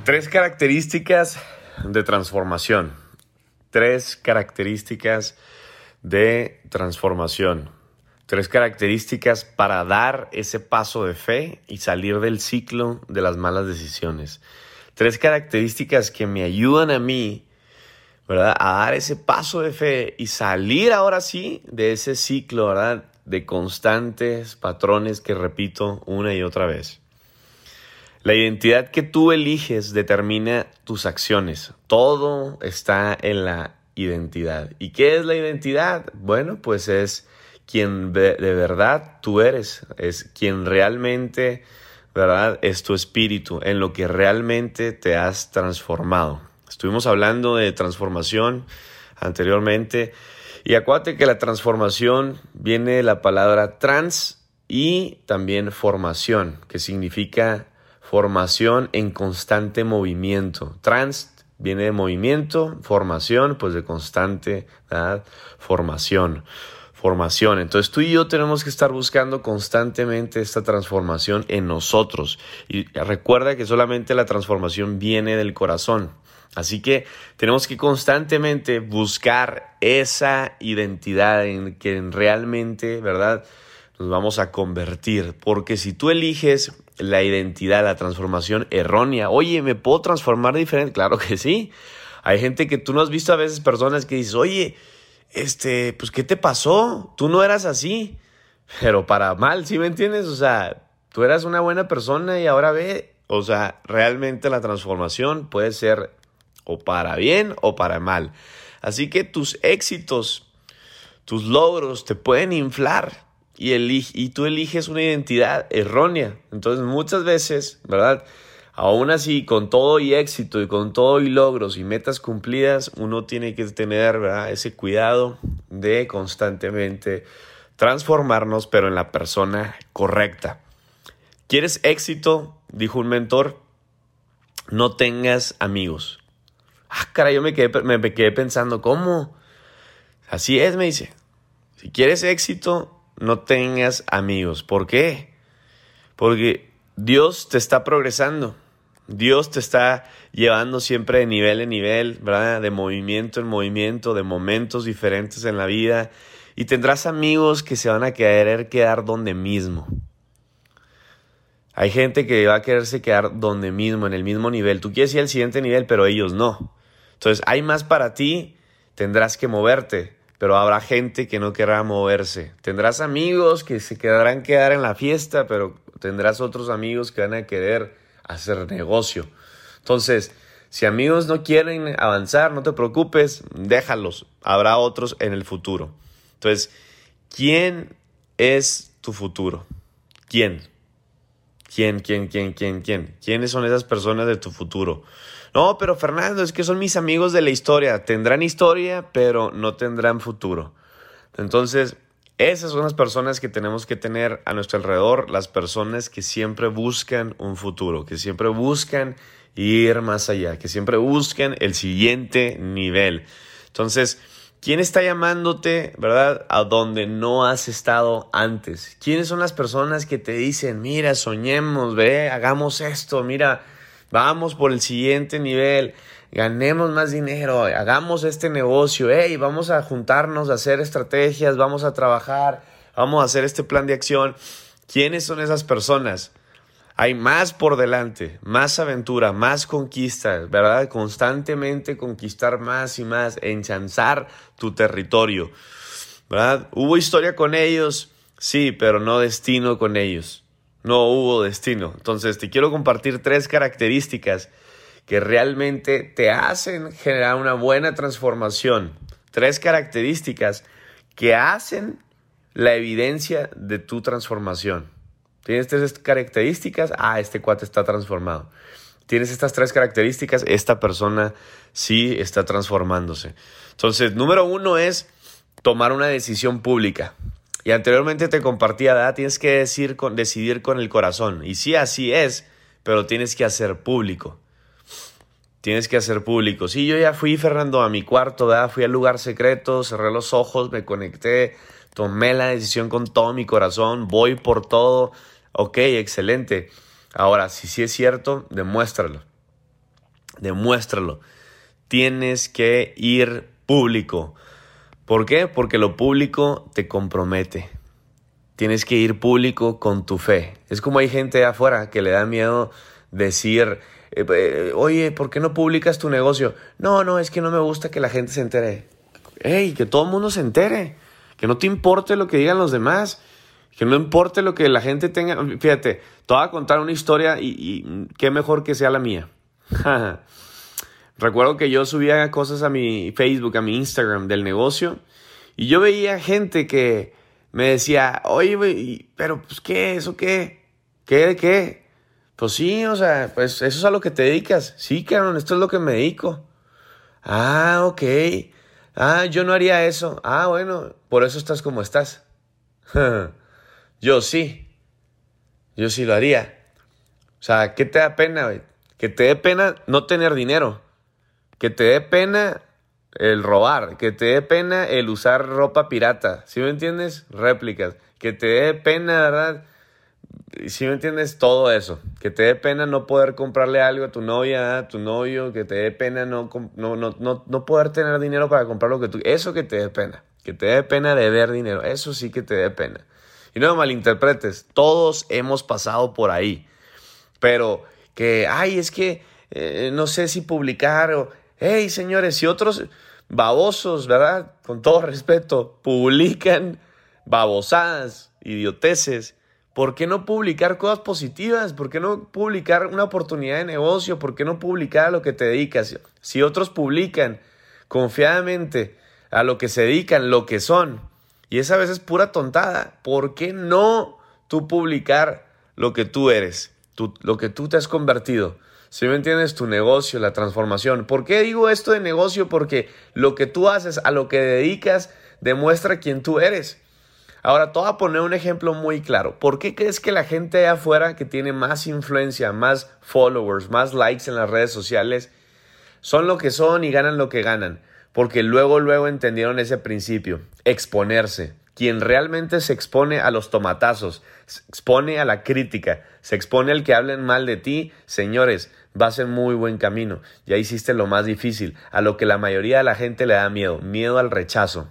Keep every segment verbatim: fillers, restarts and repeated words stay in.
Tres características de transformación. Tres características de transformación. Tres características para dar ese paso de fe y salir del ciclo de las malas decisiones. Tres características que me ayudan a mí, ¿verdad?, a dar ese paso de fe y salir ahora sí de ese ciclo, ¿verdad?, de constantes patrones que repito una y otra vez. La identidad que tú eliges determina tus acciones. Todo está en la identidad. ¿Y qué es la identidad? Bueno, pues es quien de verdad tú eres. Es quien realmente, ¿verdad?, es tu espíritu, en lo que realmente te has transformado. Estuvimos hablando de transformación anteriormente. Y acuérdate que la transformación viene de la palabra trans y también formación, que significa formación en constante movimiento. Trans viene de movimiento, formación, pues de constante, ¿verdad?, formación. Formación. Entonces tú y yo tenemos que estar buscando constantemente esta transformación en nosotros. Y recuerda que solamente la transformación viene del corazón. Así que tenemos que constantemente buscar esa identidad en que realmente, ¿verdad?, nos vamos a convertir. Porque si tú eliges la identidad, la transformación errónea, oye, ¿me puedo transformar diferente? Claro que sí. Hay gente que tú no has visto a veces, personas que dices, oye, este, pues, ¿qué te pasó? Tú no eras así. Pero para mal, ¿sí me entiendes? O sea, tú eras una buena persona y ahora ve, o sea, realmente la transformación puede ser o para bien o para mal. Así que tus éxitos, tus logros te pueden inflar y, elige, y tú eliges una identidad errónea. Entonces muchas veces, ¿verdad?, aún así, con todo y éxito y con todo y logros y metas cumplidas, uno tiene que tener, ¿verdad?, ese cuidado de constantemente transformarnos, pero en la persona correcta. ¿Quieres éxito?, dijo un mentor, no tengas amigos. Ah, caray, yo me quedé, me, me quedé pensando, ¿cómo? Así es, me dice. Si quieres éxito, no tengas amigos. ¿Por qué? Porque Dios te está progresando. Dios te está llevando siempre de nivel en nivel, ¿verdad?, de movimiento en movimiento, de momentos diferentes en la vida. Y tendrás amigos que se van a querer quedar donde mismo. Hay gente que va a quererse quedar donde mismo, en el mismo nivel. Tú quieres ir al siguiente nivel, pero ellos no. Entonces, hay más para ti, tendrás que moverte, pero habrá gente que no querrá moverse. Tendrás amigos que se quedarán quedar en la fiesta, pero tendrás otros amigos que van a querer hacer negocio. Entonces, si amigos no quieren avanzar, no te preocupes, déjalos. Habrá otros en el futuro. Entonces, ¿quién es tu futuro? ¿Quién? ¿Quién, quién, quién, quién, quién? ¿Quiénes son esas personas de tu futuro? No, pero Fernando, es que son mis amigos de la historia. Tendrán historia, pero no tendrán futuro. Entonces, esas son las personas que tenemos que tener a nuestro alrededor, las personas que siempre buscan un futuro, que siempre buscan ir más allá, que siempre buscan el siguiente nivel. Entonces, ¿quién está llamándote, verdad, a donde no has estado antes? ¿Quiénes son las personas que te dicen, mira, soñemos, ve, hagamos esto, mira, vamos por el siguiente nivel, ganemos más dinero, hagamos este negocio, hey, vamos a juntarnos, a hacer estrategias, vamos a trabajar, vamos a hacer este plan de acción? ¿Quiénes son esas personas? Hay más por delante, más aventura, más conquistas, ¿verdad? Constantemente conquistar más y más, ensanchar tu territorio, ¿verdad? ¿Hubo historia con ellos? Sí, pero no destino con ellos. No hubo destino. Entonces, te quiero compartir tres características que realmente te hacen generar una buena transformación. Tres características que hacen la evidencia de tu transformación. Tienes tres características, ah, este cuate está transformado. Tienes estas tres características, esta persona sí está transformándose. Entonces, número uno es tomar una decisión pública. Y anteriormente te compartía, ¿verdad? Tienes que decir con, decidir con el corazón. Y sí, así es, pero tienes que hacer público. Tienes que hacer público. Sí, yo ya fui, Fernando, a mi cuarto, ¿verdad? Fui al lugar secreto, cerré los ojos, me conecté, tomé la decisión con todo mi corazón, voy por todo. Ok, excelente. Ahora, si sí es cierto, demuéstralo. Demuéstralo. Tienes que ir público. ¿Por qué? Porque lo público te compromete. Tienes que ir público con tu fe. Es como hay gente afuera que le da miedo decir, eh, eh, oye, ¿por qué no publicas tu negocio? No, no, es que no me gusta que la gente se entere. ¡Ey! Que todo el mundo se entere. Que no te importe lo que digan los demás. Que no importe lo que la gente tenga. Fíjate, te voy a contar una historia y, y qué mejor que sea la mía. Recuerdo que yo subía cosas a mi Facebook, a mi Instagram del negocio y yo veía gente que me decía, oye, güey, pero pues ¿qué? ¿Eso qué? ¿Qué de qué? Pues sí, o sea, pues eso es a lo que te dedicas. Sí, cabrón, esto es lo que me dedico. Ah, ok. Ah, yo no haría eso. Ah, bueno, por eso estás como estás. Yo sí. Yo sí lo haría. O sea, ¿qué te da pena, güey? Que te dé pena no tener dinero. Que te dé pena el robar. Que te dé pena el usar ropa pirata. ¿Sí me entiendes? Réplicas. Que te dé pena, ¿verdad? ¿Sí me entiendes? Todo eso. Que te dé pena no poder comprarle algo a tu novia, a tu novio. Que te dé pena no, no, no, no, no poder tener dinero para comprar lo que tú... Eso que te dé pena. Que te dé pena deber dinero. Eso sí que te dé pena. Y no me malinterpretes. Todos hemos pasado por ahí. Pero que, ay, es que eh, no sé si publicar o... Hey, señores, si otros babosos, ¿verdad? Con todo respeto, publican babosadas, idioteces, ¿por qué no publicar cosas positivas? ¿Por qué no publicar una oportunidad de negocio? ¿Por qué no publicar a lo que te dedicas? Si otros publican confiadamente a lo que se dedican, lo que son, y esa vez es pura tontada, ¿por qué no tú publicar lo que tú eres, tú, lo que tú te has convertido? ¿Sí me entiendes? Tu negocio, la transformación. ¿Por qué digo esto de negocio? Porque lo que tú haces, a lo que dedicas, demuestra quién tú eres. Ahora, te voy a poner un ejemplo muy claro. ¿Por qué crees que la gente allá afuera que tiene más influencia, más followers, más likes en las redes sociales, son lo que son y ganan lo que ganan? Porque luego, luego entendieron ese principio. Exponerse. Quien realmente se expone a los tomatazos, se expone a la crítica, se expone al que hablen mal de ti, señores, vas en muy buen camino. Ya hiciste lo más difícil, a lo que la mayoría de la gente le da miedo, miedo al rechazo,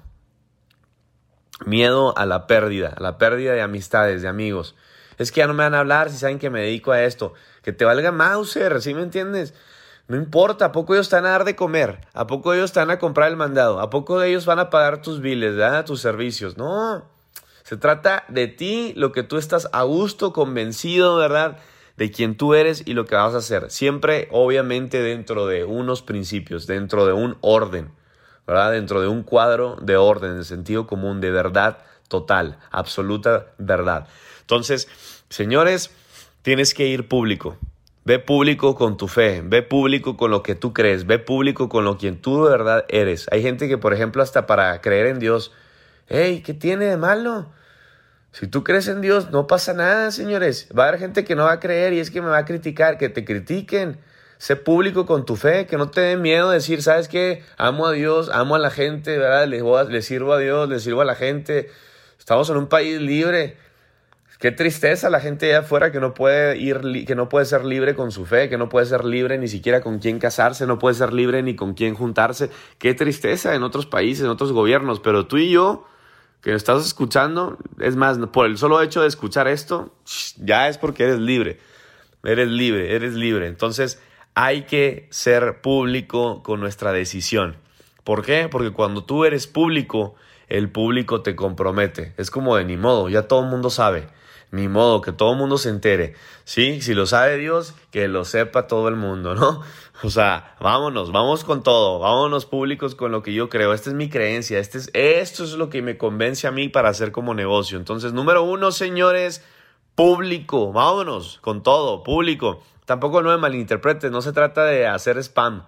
miedo a la pérdida, a la pérdida de amistades, de amigos. Es que ya no me van a hablar si saben que me dedico a esto. Que te valga Mauser, ¿sí me entiendes? No importa, ¿a poco ellos te van a dar de comer? ¿A poco ellos te van a comprar el mandado? ¿A poco ellos van a pagar tus biles, ¿verdad? Tus servicios? No, se trata de ti, lo que tú estás a gusto, convencido, ¿verdad? De quién tú eres y lo que vas a hacer. Siempre, obviamente, dentro de unos principios, dentro de un orden, ¿verdad? Dentro de un cuadro de orden, de sentido común, de verdad total, absoluta verdad. Entonces, señores, tienes que ir público. Ve público con tu fe, ve público con lo que tú crees, ve público con lo que tú de verdad eres. Hay gente que, por ejemplo, hasta para creer en Dios, hey, ¿qué tiene de malo? Si tú crees en Dios, no pasa nada, señores. Va a haber gente que no va a creer y es que me va a criticar, que te critiquen. Sé público con tu fe, que no te dé miedo decir, ¿sabes qué? Amo a Dios, amo a la gente, ¿verdad? Le, voy a, le sirvo a Dios, le sirvo a la gente. Estamos en un país libre. Qué tristeza la gente allá afuera que no puede ir, que no puede ser libre con su fe, que no puede ser libre ni siquiera con quién casarse, no puede ser libre ni con quién juntarse. Qué tristeza en otros países, en otros gobiernos. Pero tú y yo, que estás escuchando, es más, por el solo hecho de escuchar esto, ya es porque eres libre. Eres libre, eres libre. Entonces, hay que ser público con nuestra decisión. ¿Por qué? Porque cuando tú eres público, el público te compromete. Es como de ni modo, ya todo el mundo sabe. Ni modo, que todo el mundo se entere, ¿sí? Si lo sabe Dios, que lo sepa todo el mundo, ¿no? O sea, vámonos, vamos con todo, vámonos públicos con lo que yo creo. Esta es mi creencia, este es, esto es lo que me convence a mí para hacer como negocio. Entonces, número uno, señores, público, vámonos con todo, público. Tampoco no me malinterpretes, no se trata de hacer spam,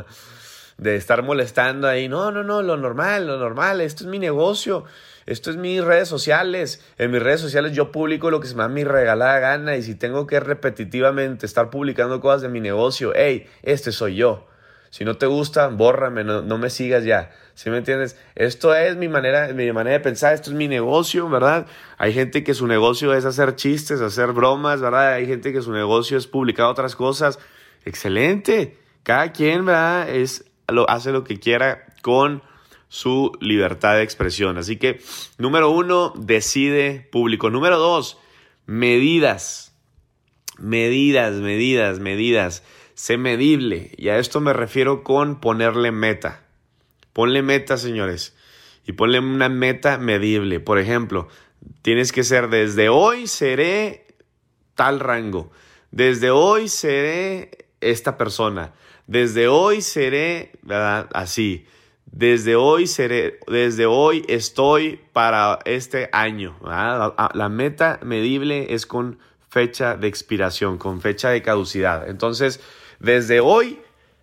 de estar molestando ahí. No, no, no, lo normal, lo normal, esto es mi negocio. Esto es mis redes sociales. En mis redes sociales yo publico lo que se me da mi regalada gana. Y si tengo que repetitivamente estar publicando cosas de mi negocio, hey, este soy yo. Si no te gusta, bórrame, no, no me sigas ya. ¿Sí me entiendes? Esto es mi manera, mi manera de pensar. Esto es mi negocio, ¿verdad? Hay gente que su negocio es hacer chistes, hacer bromas, ¿verdad? Hay gente que su negocio es publicar otras cosas. Excelente. Cada quien, ¿verdad? Es, lo, hace lo que quiera con su libertad de expresión. Así que, número uno, decide público. Número dos, medidas. Medidas, medidas, medidas. Sé medible. Y a esto me refiero con ponerle meta. Ponle meta, señores. Y ponle una meta medible. Por ejemplo, tienes que ser desde hoy seré tal rango. Desde hoy seré esta persona. Desde hoy seré, ¿verdad? Así. Desde hoy seré, desde hoy estoy para este año. ¿Verdad? La, la meta medible es con fecha de expiración, con fecha de caducidad. Entonces, desde hoy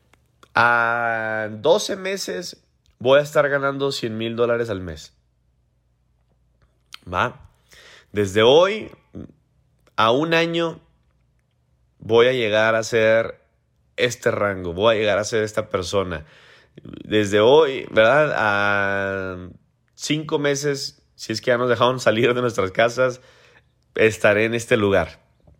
a doce meses voy a estar ganando cien mil dólares al mes. ¿Va? Desde hoy a un año voy a llegar a ser este rango, voy a llegar a ser esta persona. Desde hoy, ¿verdad? A cinco meses, si es que ya nos dejaron salir de nuestras casas, estaré en este lugar.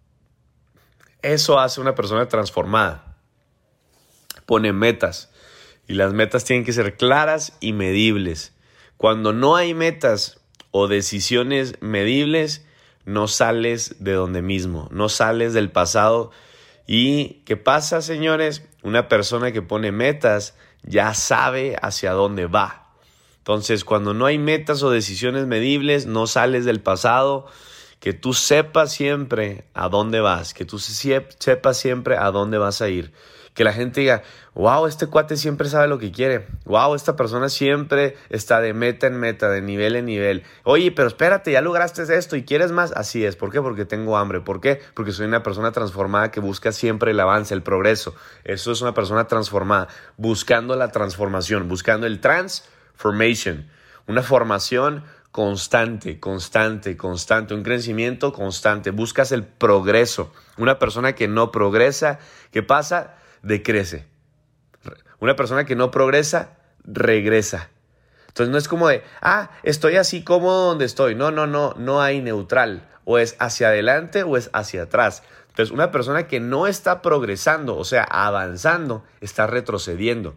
Eso hace una persona transformada. Pone metas. Y las metas tienen que ser claras y medibles. Cuando no hay metas o decisiones medibles, no sales de donde mismo, no sales del pasado. ¿Y qué pasa, señores? Una persona que pone metas ya sabe hacia dónde va. Entonces, cuando no hay metas o decisiones medibles, no sales del pasado. Que tú sepas siempre a dónde vas, que tú sepas siempre a dónde vas a ir. Que la gente diga, wow, este cuate siempre sabe lo que quiere. Wow, esta persona siempre está de meta en meta, de nivel en nivel. Oye, pero espérate, ya lograste esto y quieres más. Así es. ¿Por qué? Porque tengo hambre. ¿Por qué? Porque soy una persona transformada que busca siempre el avance, el progreso. Eso es una persona transformada, buscando la transformación, buscando el transformation, una formación constante, constante, constante, un crecimiento constante. Buscas el progreso. Una persona que no progresa, ¿qué pasa? Decrece. Una persona que no progresa, regresa. Entonces no es como de, ah, estoy así cómodo donde estoy. No, no, no, no hay neutral. O es hacia adelante o es hacia atrás. Entonces una persona que no está progresando, o sea, avanzando, está retrocediendo.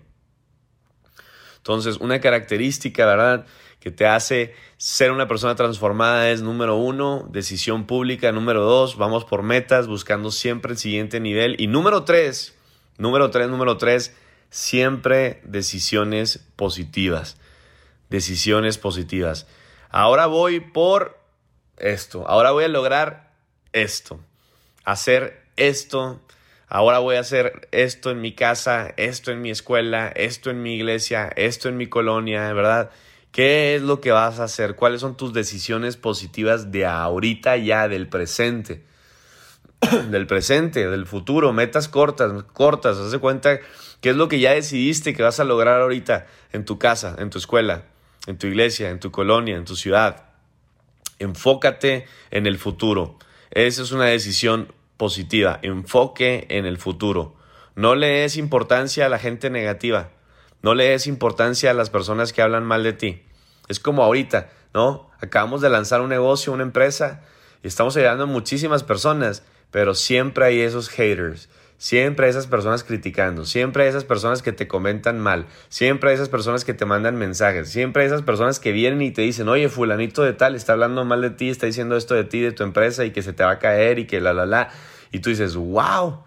Entonces una característica, ¿verdad?, que te hace ser una persona transformada es, número uno, decisión pública. Número dos, vamos por metas, buscando siempre el siguiente nivel. Y número tres, número tres, número tres, siempre decisiones positivas. Decisiones positivas. Ahora voy por esto. Ahora voy a lograr esto. Hacer esto. Ahora voy a hacer esto en mi casa, esto en mi escuela, esto en mi iglesia, esto en mi colonia, ¿verdad? ¿Qué es lo que vas a hacer? ¿Cuáles son tus decisiones positivas de ahorita ya, del presente? Del presente, del futuro, metas cortas, cortas. Haz de cuenta qué es lo que ya decidiste que vas a lograr ahorita en tu casa, en tu escuela, en tu iglesia, en tu colonia, en tu ciudad. Enfócate en el futuro. Esa es una decisión positiva. Enfoque en el futuro. No le des importancia a la gente negativa. No le des importancia a las personas que hablan mal de ti. Es como ahorita, ¿no? Acabamos de lanzar un negocio, una empresa, y estamos ayudando a muchísimas personas, pero siempre hay esos haters, siempre hay esas personas criticando, siempre hay esas personas que te comentan mal, siempre hay esas personas que te mandan mensajes, siempre hay esas personas que vienen y te dicen, oye, fulanito de tal está hablando mal de ti, está diciendo esto de ti, de tu empresa, y que se te va a caer y que la, la, la. Y tú dices, wow.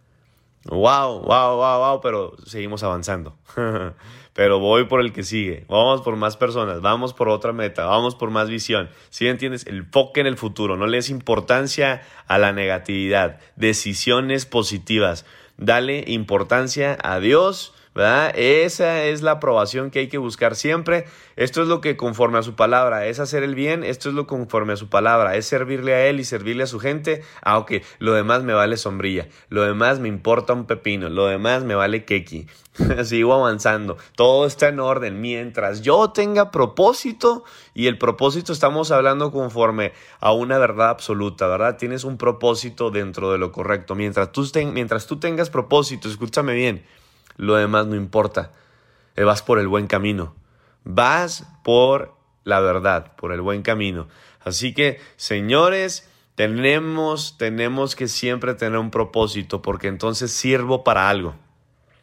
Wow, wow, wow, wow, pero seguimos avanzando. Pero voy por el que sigue. Vamos por más personas, vamos por otra meta, vamos por más visión. ¿Sí entiendes? El enfoque en el futuro. No le des importancia a la negatividad. Decisiones positivas. Dale importancia a Dios, ¿verdad? Esa es la aprobación que hay que buscar siempre. Esto es lo que conforme a su palabra es hacer el bien. Esto es lo conforme a su palabra es servirle a Él y servirle a su gente. Ah, ok, lo demás me vale sombrilla. Lo demás me importa un pepino. Lo demás me vale quequi. Sigo avanzando. Todo está en orden. Mientras yo tenga propósito, y el propósito estamos hablando conforme a una verdad absoluta, ¿verdad? Tienes un propósito dentro de lo correcto. Mientras tú, ten, mientras tú tengas propósito, escúchame bien, lo demás no importa. Vas por el buen camino. Vas por la verdad, por el buen camino. Así que, señores, tenemos, tenemos que siempre tener un propósito, porque entonces sirvo para algo.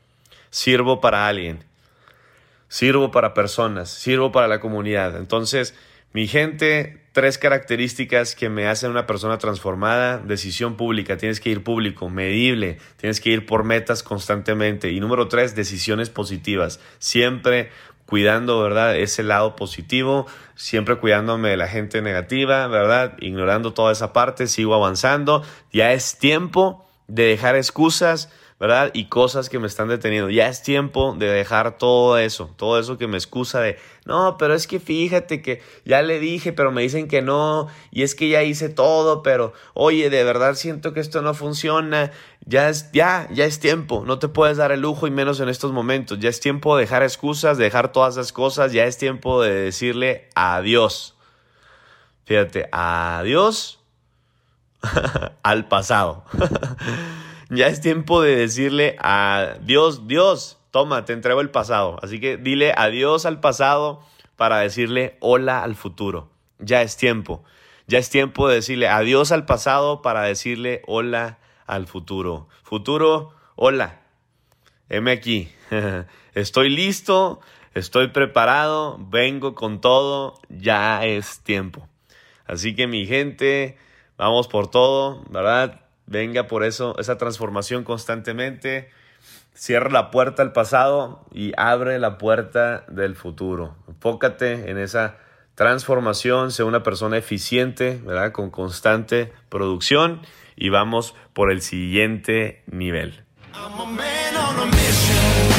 sirvo para alguien, sirvo para personas, sirvo para la comunidad. Entonces, mi gente, tres características que me hacen una persona transformada. Decisión pública, tienes que ir público, medible, tienes que ir por metas constantemente. Y número tres, decisiones positivas, siempre cuidando, ¿verdad?, ese lado positivo, siempre cuidándome de la gente negativa, ¿verdad?, ignorando toda esa parte, sigo avanzando. Ya es tiempo de dejar excusas, ¿verdad?, y cosas que me están deteniendo. Ya es tiempo de dejar todo eso, todo eso que me excusa de, no, pero es que fíjate que ya le dije, pero me dicen que no, y es que ya hice todo, pero oye, de verdad siento que esto no funciona. Ya es, ya, ya es tiempo, no te puedes dar el lujo y menos en estos momentos. Ya es tiempo de dejar excusas, de dejar todas esas cosas, ya es tiempo de decirle adiós. Fíjate, adiós al pasado. Ya es tiempo de decirle a Dios, Dios, toma, te entrego el pasado. Así que dile adiós al pasado para decirle hola al futuro. Ya es tiempo. Ya es tiempo de decirle adiós al pasado para decirle hola al futuro. Futuro, hola. Heme aquí. Estoy listo, estoy preparado, vengo con todo. Ya es tiempo. Así que mi gente, vamos por todo, ¿verdad? Venga por eso, esa transformación constantemente. Cierra la puerta al pasado y abre la puerta del futuro. Enfócate en esa transformación, sé una persona eficiente, ¿verdad?, con constante producción, y vamos por el siguiente nivel. I'm a man on a mission.